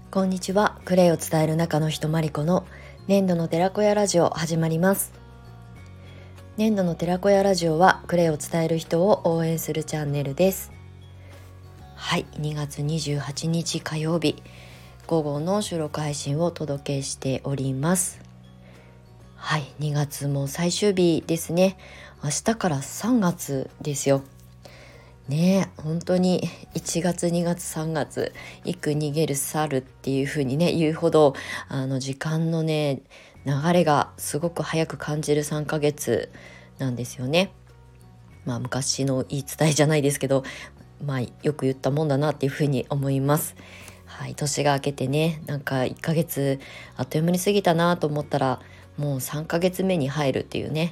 こんにちは。クレイを伝える中の人まりこの粘土の寺子屋ラジオ始まります。粘土の寺子屋ラジオはクレイを伝える人を応援するチャンネルです。はい、2月28日火曜日午後の収録配信をお届けしております。はい、2月も最終日ですね。明日から3月ですよね。本当に1月2月3月行く逃げる去るっていう風にね言うほど時間のね流れがすごく早く感じる3ヶ月なんですよね。昔の言い伝えじゃないですけど、よく言ったもんだなっていう風に思います。はい、年が明けてね、なんか1ヶ月あっという間に過ぎたなと思ったらもう3ヶ月目に入るっていうね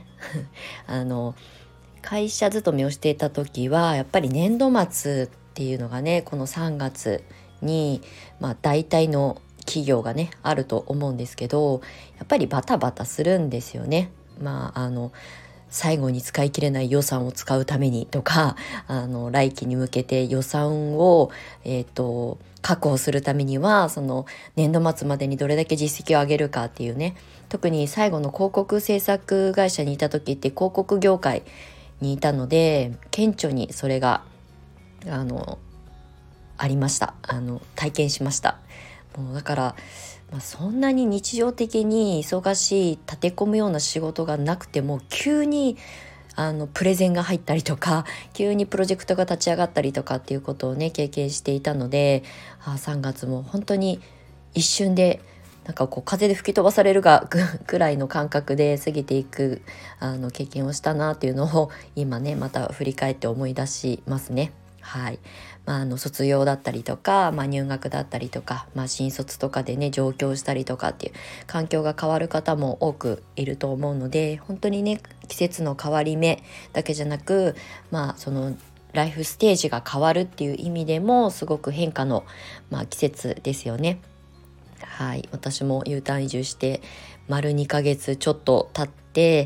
会社勤めをしていた時はやっぱり年度末っていうのがね、この3月に大体の企業がねあると思うんですけど、やっぱりバタバタするんですよね。最後に使い切れない予算を使うためにとか、来期に向けて予算を、確保するためにはその年度末までにどれだけ実績を上げるかっていうね。特に最後の広告制作会社にいた時って広告業界にいたので、顕著にそれがありました。体験しました。もうだから、そんなに日常的に忙しい立て込むような仕事がなくても、急にプレゼンが入ったりとか、急にプロジェクトが立ち上がったりとかっていうことをね経験していたので、3月も本当に一瞬でなんかこう風で吹き飛ばされるがくらいの感覚で過ぎていく経験をしたなっていうのを今ねまた振り返って思い出しますね。はい。卒業だったりとか、入学だったりとか、新卒とかでね上京したりとかっていう環境が変わる方も多くいると思うので、本当にね季節の変わり目だけじゃなく、そのライフステージが変わるっていう意味でもすごく変化の、季節ですよね。はい、私も U ターン移住して丸2ヶ月ちょっと経って、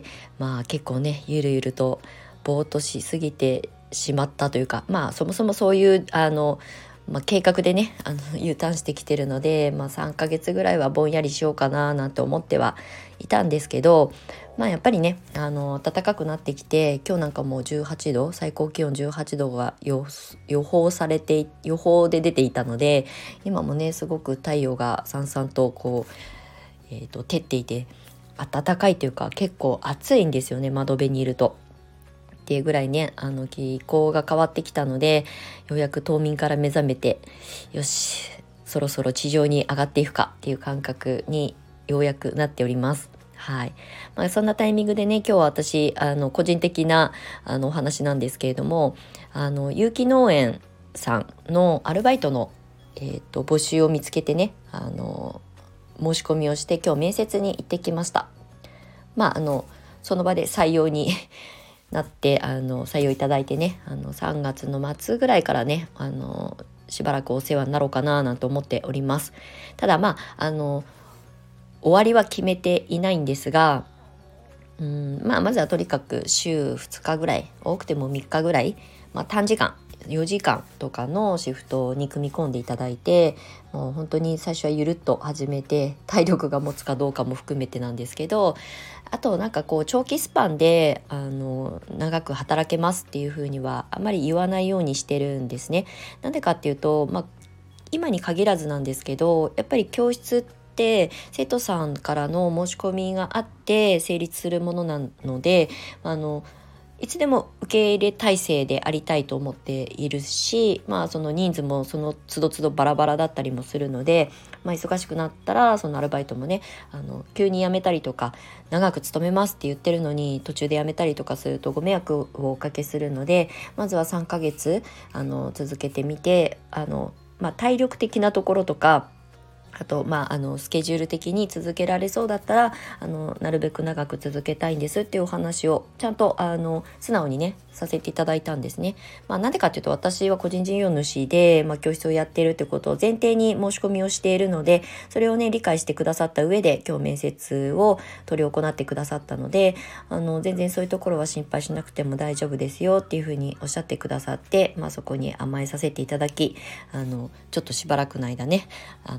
結構ねゆるゆるとぼーっとしすぎてしまったというか、そもそもそういう計画でねU ターンしてきてるので、3ヶ月ぐらいはぼんやりしようかななんて思ってはいたんですけど、やっぱりね暖かくなってきて、今日なんかもう18度、最高気温18度が予報で出ていたので、今もねすごく太陽がさんさんとこう、照っていて暖かいというか、結構暑いんですよね、窓辺にいるとっていうぐらいね気候が変わってきたので、ようやく冬眠から目覚めて、よしそろそろ地上に上がっていくかっていう感覚にようやくなっております。はい。そんなタイミングでね、今日は私個人的なお話なんですけれども、有機農園さんのアルバイトの、募集を見つけてね申し込みをして、今日面接に行ってきました。その場で採用になって採用いただいてね、3月の末ぐらいからねしばらくお世話になろうかななんて思っております。ただ終わりは決めていないんですが、まずはとにかく週2日ぐらい、多くても3日ぐらい、短時間4時間とかのシフトに組み込んでいただいて、もう本当に最初はゆるっと始めて、体力が持つかどうかも含めてなんですけど、あとなんかこう長期スパンで長く働けますっていうふうにはあまり言わないようにしてるんですね。なんでかっていうと、今に限らずなんですけど、やっぱり教室って生徒さんからの申し込みがあって成立するものなので、いつでも受け入れ体制でありたいと思っているし、その人数もその都度都度バラバラだったりもするので、忙しくなったらそのアルバイトもね急に辞めたりとか、長く勤めますって言ってるのに途中で辞めたりとかするとご迷惑をおかけするので、まずは3ヶ月続けてみて、体力的なところとか、あとスケジュール的に続けられそうだったらなるべく長く続けたいんですっていうお話をちゃんと素直にねさせていただいたんですね。なんでかっていうと、私は個人事業主で、教室をやっているってことを前提に申し込みをしているので、それをね理解してくださった上で今日面接を執り行ってくださったので、全然そういうところは心配しなくても大丈夫ですよっていうふうにおっしゃってくださって、そこに甘えさせていただき、ちょっとしばらくの間ね袋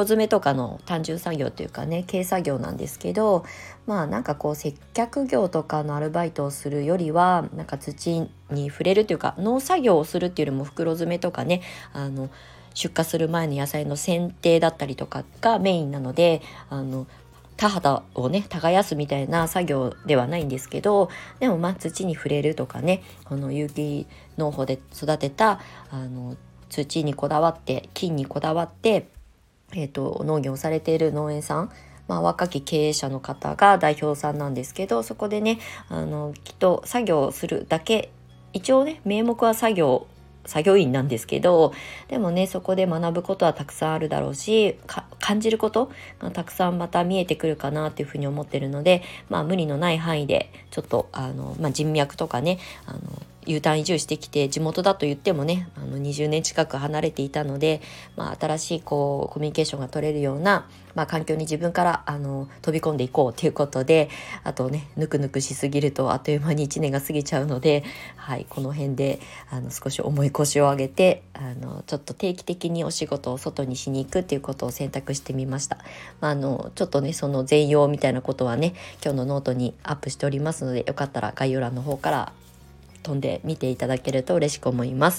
詰めとかの単純作業というかね、軽作業なんですけど、なんかこう接客業とかのアルバイトをするよりは、なんか土に触れるというか農作業をするっていうよりも袋詰めとかね、出荷する前の野菜の剪定だったりとかがメインなので、田畑をね耕すみたいな作業ではないんですけど、でも土に触れるとかね、この有機農法で育てた土にこだわって菌にこだわって、農業をされている農園さん、若き経営者の方が代表さんなんですけど、そこでねきっと作業するだけ、一応ね名目は作業員なんですけど、でもねそこで学ぶことはたくさんあるだろうし、感じることがたくさんまた見えてくるかなっていうふうに思ってるので、無理のない範囲でちょっと人脈とかね、U ターン移住してきて、地元だと言ってもね20年近く離れていたので、新しいコミュニケーションが取れるような、環境に自分から飛び込んでいこうということで、あとねぬくぬくしすぎるとあっという間に1年が過ぎちゃうので、この辺で少し重い腰を上げてちょっと定期的にお仕事を外にしに行くっていうことを選択してみました。ちょっとねその全容みたいなことはね今日のノートにアップしておりますので、よかったら概要欄の方から飛んで見ていただけると嬉しく思います。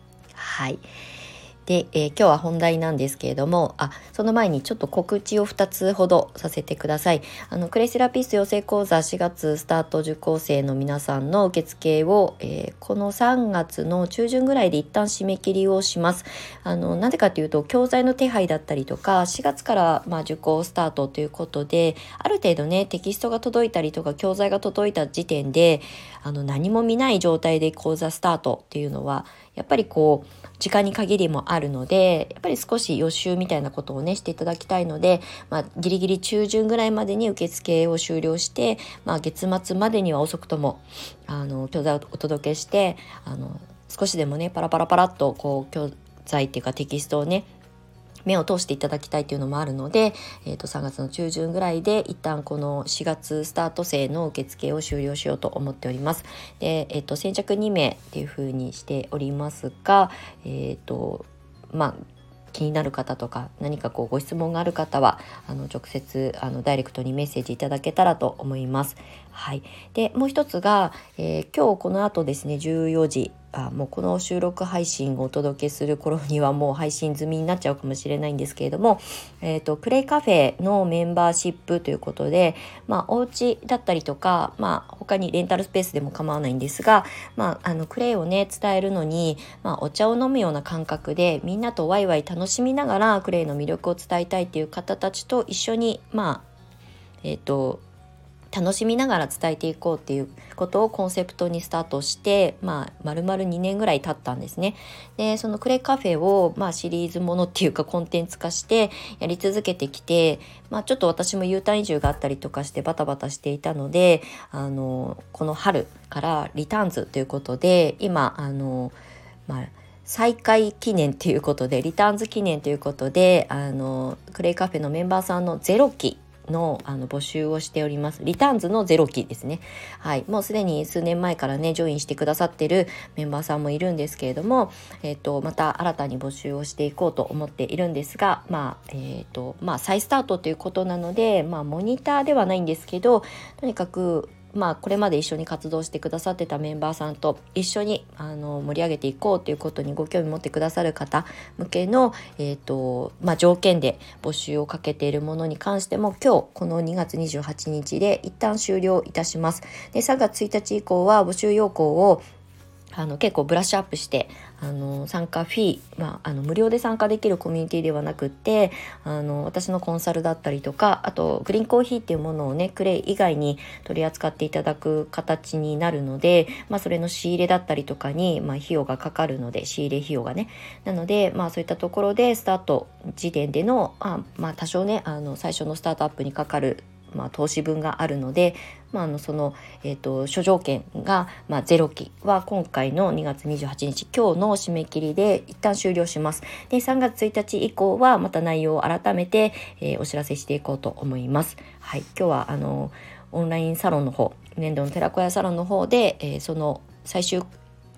で、今日は本題なんですけれども、その前にちょっと告知を2つほどさせてください。クレイセラピスト養成講座4月スタート受講生の皆さんの受付を、この3月の中旬ぐらいで一旦締め切りをします。なぜかというと教材の手配だったりとか、4月から受講スタートということで、ある程度ねテキストが届いたりとか教材が届いた時点で何も見ない状態で講座スタートっていうのはやっぱり時間に限りもあるので、やっぱり少し予習みたいなことをねしていただきたいので、ギリギリ中旬ぐらいまでに受付を終了して、月末までには遅くとも教材をお届けして、少しでもねパラパラっと教材っていうかテキストをね目を通していただきたいというのもあるので、3月の中旬ぐらいで一旦この4月スタート生の受付を終了しようと思っております。で、先着2名っていう風にしておりますが、気になる方とか何かご質問がある方は直接ダイレクトにメッセージいただけたらと思います。でもう一つが、今日この後ですね14時もうこの収録配信をお届けする頃にはもう配信済みになっちゃうかもしれないんですけれども、クレイカフェのメンバーシップということで、お家だったりとか、他にレンタルスペースでも構わないんですが、クレイをね伝えるのに、お茶を飲むような感覚でみんなとワイワイ楽しみながらクレイの魅力を伝えたいっていう方たちと一緒に楽しみながら伝えていこうっていうことをコンセプトにスタートして、丸々2年ぐらい経ったんですね。でそのクレイカフェを、シリーズものっていうかコンテンツ化してやり続けてきて、ちょっと私も U ターン移住があったりとかしてバタバタしていたので、この春からリターンズということで今再開記念ということでリターンズ記念ということでクレイカフェのメンバーさんの0期の募集をしております。リターンズの0期ですね。もうすでに数年前からねジョインしてくださってるメンバーさんもいるんですけれども、また新たに募集をしていこうと思っているんですが、再スタートということなので、モニターではないんですけど、とにかくこれまで一緒に活動してくださってたメンバーさんと一緒に盛り上げていこうということにご興味持ってくださる方向けの、条件で募集をかけているものに関しても今日この2月28日で一旦終了いたします。で3月1日以降は募集要項を結構ブラッシュアップして参加フィー、無料で参加できるコミュニティではなくって私のコンサルだったりとか、あとグリーンコーヒーっていうものをねクレイ以外に取り扱っていただく形になるので、それの仕入れだったりとかに、費用がかかるので、仕入れ費用がねなので、そういったところでスタート時点での多少ね最初のスタートアップにかかる投資分があるので、その、諸条件が、0期は今回の2月28日今日の締め切りで一旦終了します。で3月1日以降はまた内容を改めて、お知らせしていこうと思います。今日はオンラインサロンの方、年度の寺子屋サロンの方で、その最終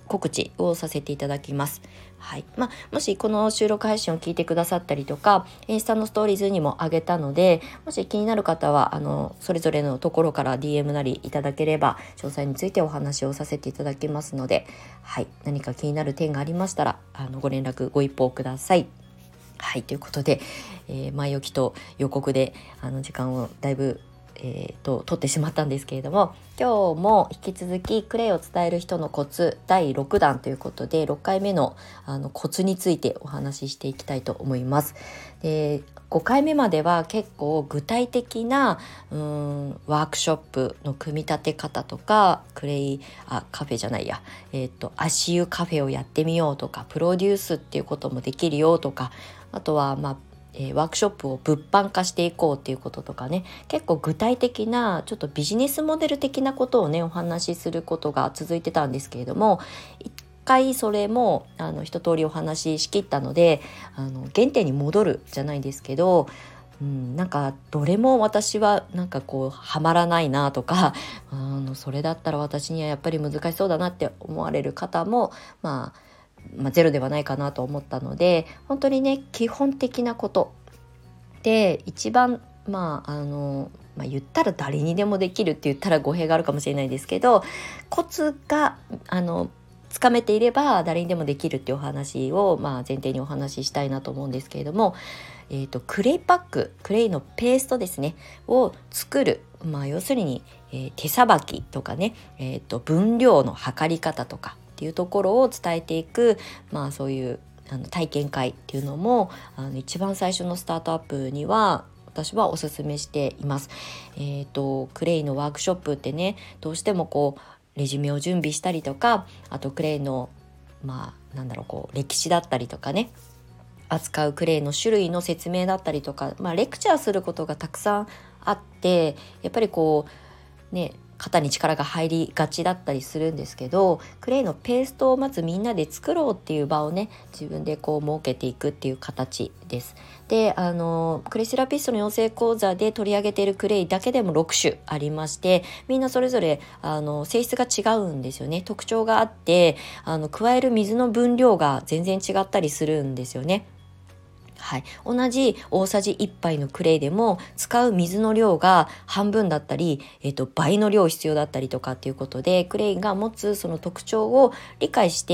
告知をさせていただきます。はい。もしこの収録配信を聞いてくださったりとか、インスタのストーリーズにも上げたので、もし気になる方はそれぞれのところから DM なりいただければ詳細についてお話をさせていただきますので、はい、何か気になる点がありましたらご連絡ご一報ください。はい、ということで、前置きと予告で時間をだいぶ取ってしまったんですけれども、今日も引き続きクレイを伝える人のコツ第6弾ということで、6回目のコツについてお話ししていきたいと思います。で、5回目までは結構具体的なワークショップの組み立て方とか、カフェじゃないや、足湯カフェをやってみようとか、プロデュースっていうこともできるよとか、あとはワークショップを物販化していこうっていうこととかね、結構具体的なちょっとビジネスモデル的なことをねお話しすることが続いてたんですけれども、一回それも一通りお話ししきったので、原点に戻るじゃないですけど、なんかどれも私はなんかこうはまらないなとか、それだったら私にはやっぱり難しそうだなって思われる方もゼロではないかなと思ったので、本当にね基本的なことで一番言ったら誰にでもできるって言ったら語弊があるかもしれないですけど、コツがつかめていれば誰にでもできるっていうお話を前提にお話ししたいなと思うんですけれども、クレイパック、クレイのペーストですねを作る、要するに、手さばきとかね、分量の測り方とかっていうところを伝えていく、そういう体験会っていうのも一番最初のスタートアップには私はおすすめしています。クレイのワークショップってね、どうしてもこうレジュメを準備したりとか、あとクレイの歴史だったりとかね、扱うクレイの種類の説明だったりとか、レクチャーすることがたくさんあって、やっぱりこうね肩に力が入りがちだったりするんですけど、クレイのペーストをまずみんなで作ろうっていう場をね自分でこう設けていくっていう形です。でクレイセラピストの養成講座で取り上げているクレイだけでも6種ありまして、みんなそれぞれ性質が違うんですよね。特徴があって加える水の分量が全然違ったりするんですよね。はい、同じ大さじ1杯のクレイでも使う水の量が半分だったり、倍の量必要だったりとかっていうことで、クレイが持つその特徴を理解して、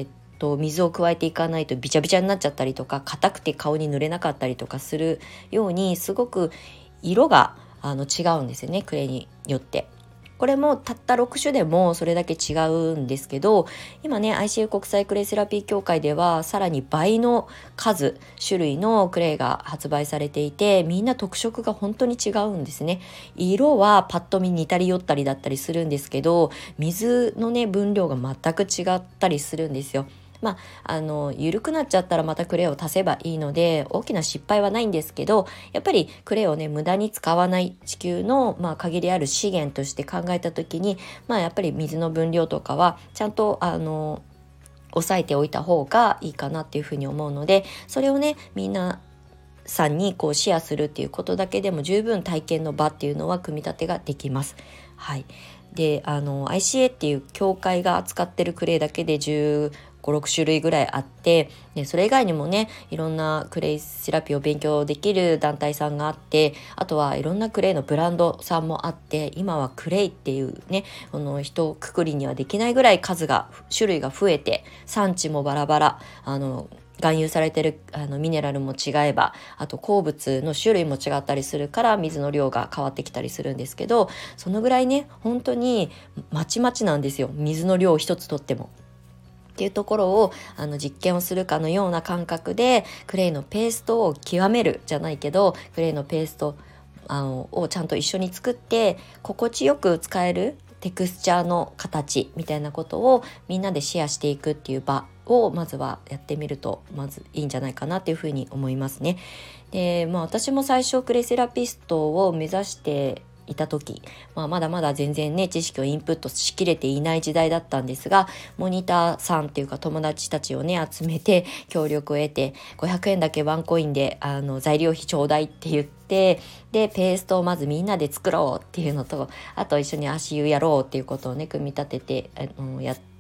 水を加えていかないとビチャビチャになっちゃったりとか、硬くて顔に塗れなかったりとかするように、すごく色が違うんですよね、クレイによって。これもたった6種でもそれだけ違うんですけど、今ね ICU 国際クレイセラピー協会ではさらに倍の種類のクレイが発売されていて、みんな特色が本当に違うんですね。色はパッと見似たり寄ったりだったりするんですけど、水のね分量が全く違ったりするんですよ。緩くなっちゃったらまたクレイを足せばいいので大きな失敗はないんですけど、やっぱりクレイをね無駄に使わない地球の、限りある資源として考えた時に、やっぱり水の分量とかはちゃんと抑えておいた方がいいかなっていうふうに思うので、それをねみんなさんにこうシェアするっていうことだけでも十分体験の場っていうのは組み立てができます。はい。でICA っていう協会が扱ってるクレイだけで15、6種類ぐらいあって、でそれ以外にもねいろんなクレイセラピーを勉強できる団体さんがあって、あとはいろんなクレイのブランドさんもあって、今はクレイっていうね一括りにはできないぐらい種類が増えて、産地もバラバラ、含有されてるミネラルも違えば、あと鉱物の種類も違ったりするから水の量が変わってきたりするんですけど、そのぐらいね本当にまちまちなんですよ、水の量一つとっても。っていうところを実験をするかのような感覚でクレイのペーストを極めるじゃないけど、クレイのペーストをちゃんと一緒に作って心地よく使えるテクスチャーの形みたいなことをみんなでシェアしていくっていう場をまずはやってみるとまずいいんじゃないかなっていうふうに思いますね。で、私も最初クレイセラピストを目指していた時、まだまだ全然ね知識をインプットしきれていない時代だったんですが、モニターさんっていうか友達たちをね集めて協力を得て、500円だけワンコインで材料費ちょうだいって言って、でペーストをまずみんなで作ろうっていうのと、あと一緒に足湯やろうっていうことをね組み立ててやっ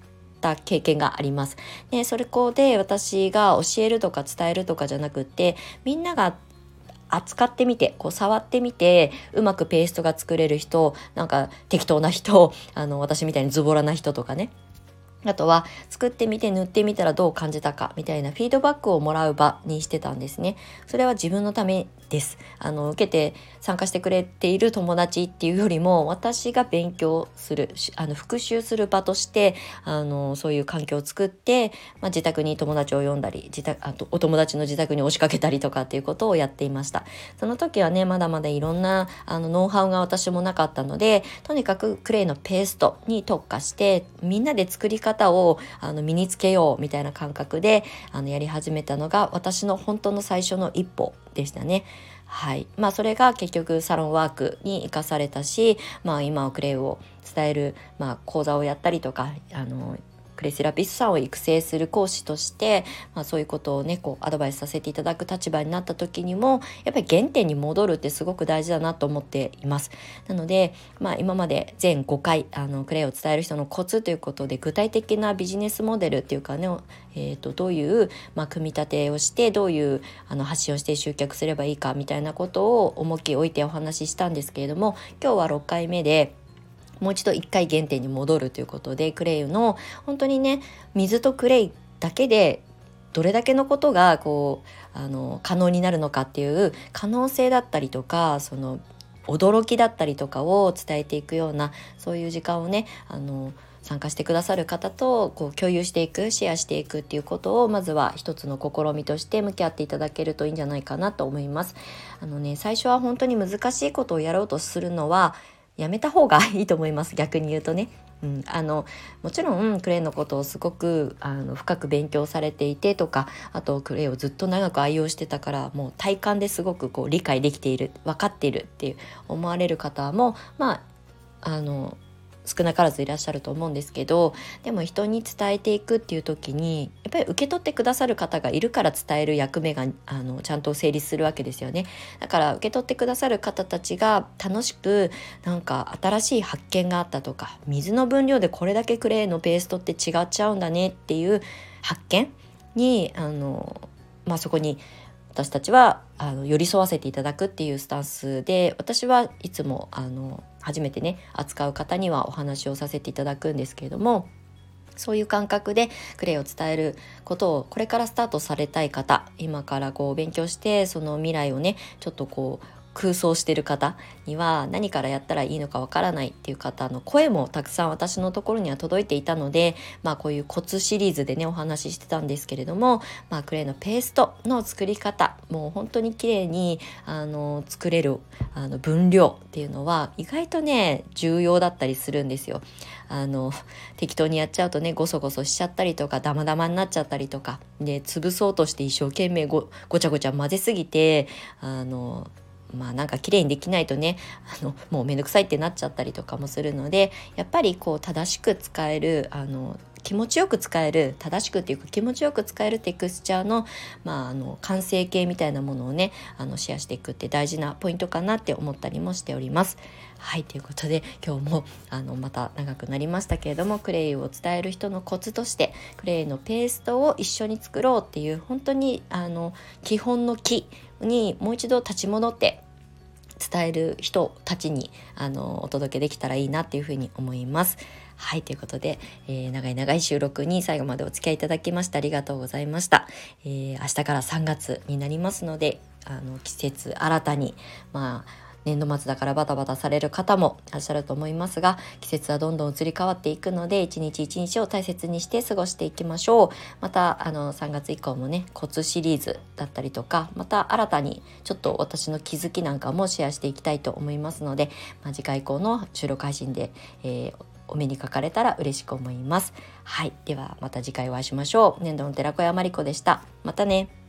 った経験があります。でそれで私が教えるとか伝えるとかじゃなくって、みんなが扱ってみて触ってみてうまくペーストが作れる人、なんか適当な人、私みたいにズボラな人とかね、あとは作ってみて塗ってみたらどう感じたかみたいなフィードバックをもらう場にしてたんですね。それは自分のためです。受けて参加してくれている友達っていうよりも、私が勉強する復習する場としてそういう環境を作って、自宅に友達を呼んだり、あとお友達の自宅に押しかけたりとかっていうことをやっていました。その時はね、まだまだいろんなノウハウが私もなかったので、とにかくクレイのペーストに特化してみんなで作り方を身につけようみたいな感覚でやり始めたのが私の本当の最初の一歩でしたね。はい。それが結局サロンワークに生かされたし、今はクレイを伝える、講座をやったりとか、クレイセラピストさんを育成する講師として、そういうことをねアドバイスさせていただく立場になった時にも、やっぱり原点に戻るってすごく大事だなと思っています。なので、今まで全5回クレイを伝える人のコツということで、具体的なビジネスモデルっていうかね、どういう、組み立てをして、どういう発信をして集客すればいいかみたいなことを重きを置いてお話ししたんですけれども、今日は6回目でもう一度1回原点に戻るということで、クレイの本当にね、水とクレイだけでどれだけのことが可能になるのかっていう可能性だったりとか、その驚きだったりとかを伝えていくような、そういう時間をね参加してくださる方と共有していく、シェアしていくっていうことを、まずは一つの試みとして向き合っていただけるといいんじゃないかなと思います。最初は本当に難しいことをやろうとするのはやめた方がいいと思います。逆に言うとね、もちろんクレイのことをすごく深く勉強されていてとか、あとクレイをずっと長く愛用してたから、もう体感ですごく理解できている、分かっているっていう思われる方も少なからずいらっしゃると思うんですけど、でも人に伝えていくっていう時に、やっぱり受け取ってくださる方がいるから伝える役目がちゃんと成立するわけですよね。だから受け取ってくださる方たちが楽しく、なんか新しい発見があったとか、水の分量でこれだけクレイのペーストって違っちゃうんだねっていう発見にそこに私たちは寄り添わせていただくっていうスタンスで、私はいつも初めてね扱う方にはお話をさせていただくんですけれども、そういう感覚でクレイを伝えることをこれからスタートされたい方、今から勉強してその未来をねちょっと空想してる方には、何からやったらいいのかわからないっていう方の声もたくさん私のところには届いていたので、こういうコツシリーズでねお話ししてたんですけれども、クレイのペーストの作り方、もう本当に綺麗に作れる分量っていうのは意外とね重要だったりするんですよ。適当にやっちゃうとねゴソゴソしちゃったりとか、ダマダマになっちゃったりとかで、潰そうとして一生懸命ごちゃごちゃ混ぜすぎてなんか綺麗にできないとねもうめんどくさいってなっちゃったりとかもするので、やっぱり正しく使える気持ちよく使える、正しくっていうか気持ちよく使えるテクスチャーの、完成形みたいなものをねシェアしていくって大事なポイントかなって思ったりもしております。はい、ということで今日もまた長くなりましたけれども、クレイを伝える人のコツとしてクレイのペーストを一緒に作ろうっていう、本当に基本の木にもう一度立ち戻って伝える人たちにお届けできたらいいなっていうふうに思います。はい、ということで、長い収録に最後までお付き合いいただきましてありがとうございました。明日から3月になりますので、季節新たに年度末だからバタバタされる方もいらっしゃると思いますが、季節はどんどん移り変わっていくので、一日一日を大切にして過ごしていきましょう。また3月以降もねコツシリーズだったりとか、また新たにちょっと私の気づきなんかもシェアしていきたいと思いますので、次回以降の収録配信で、お目にかかれたら嬉しく思います。はい、ではまた次回お会いしましょう。年度の寺子屋まりこでした。またね。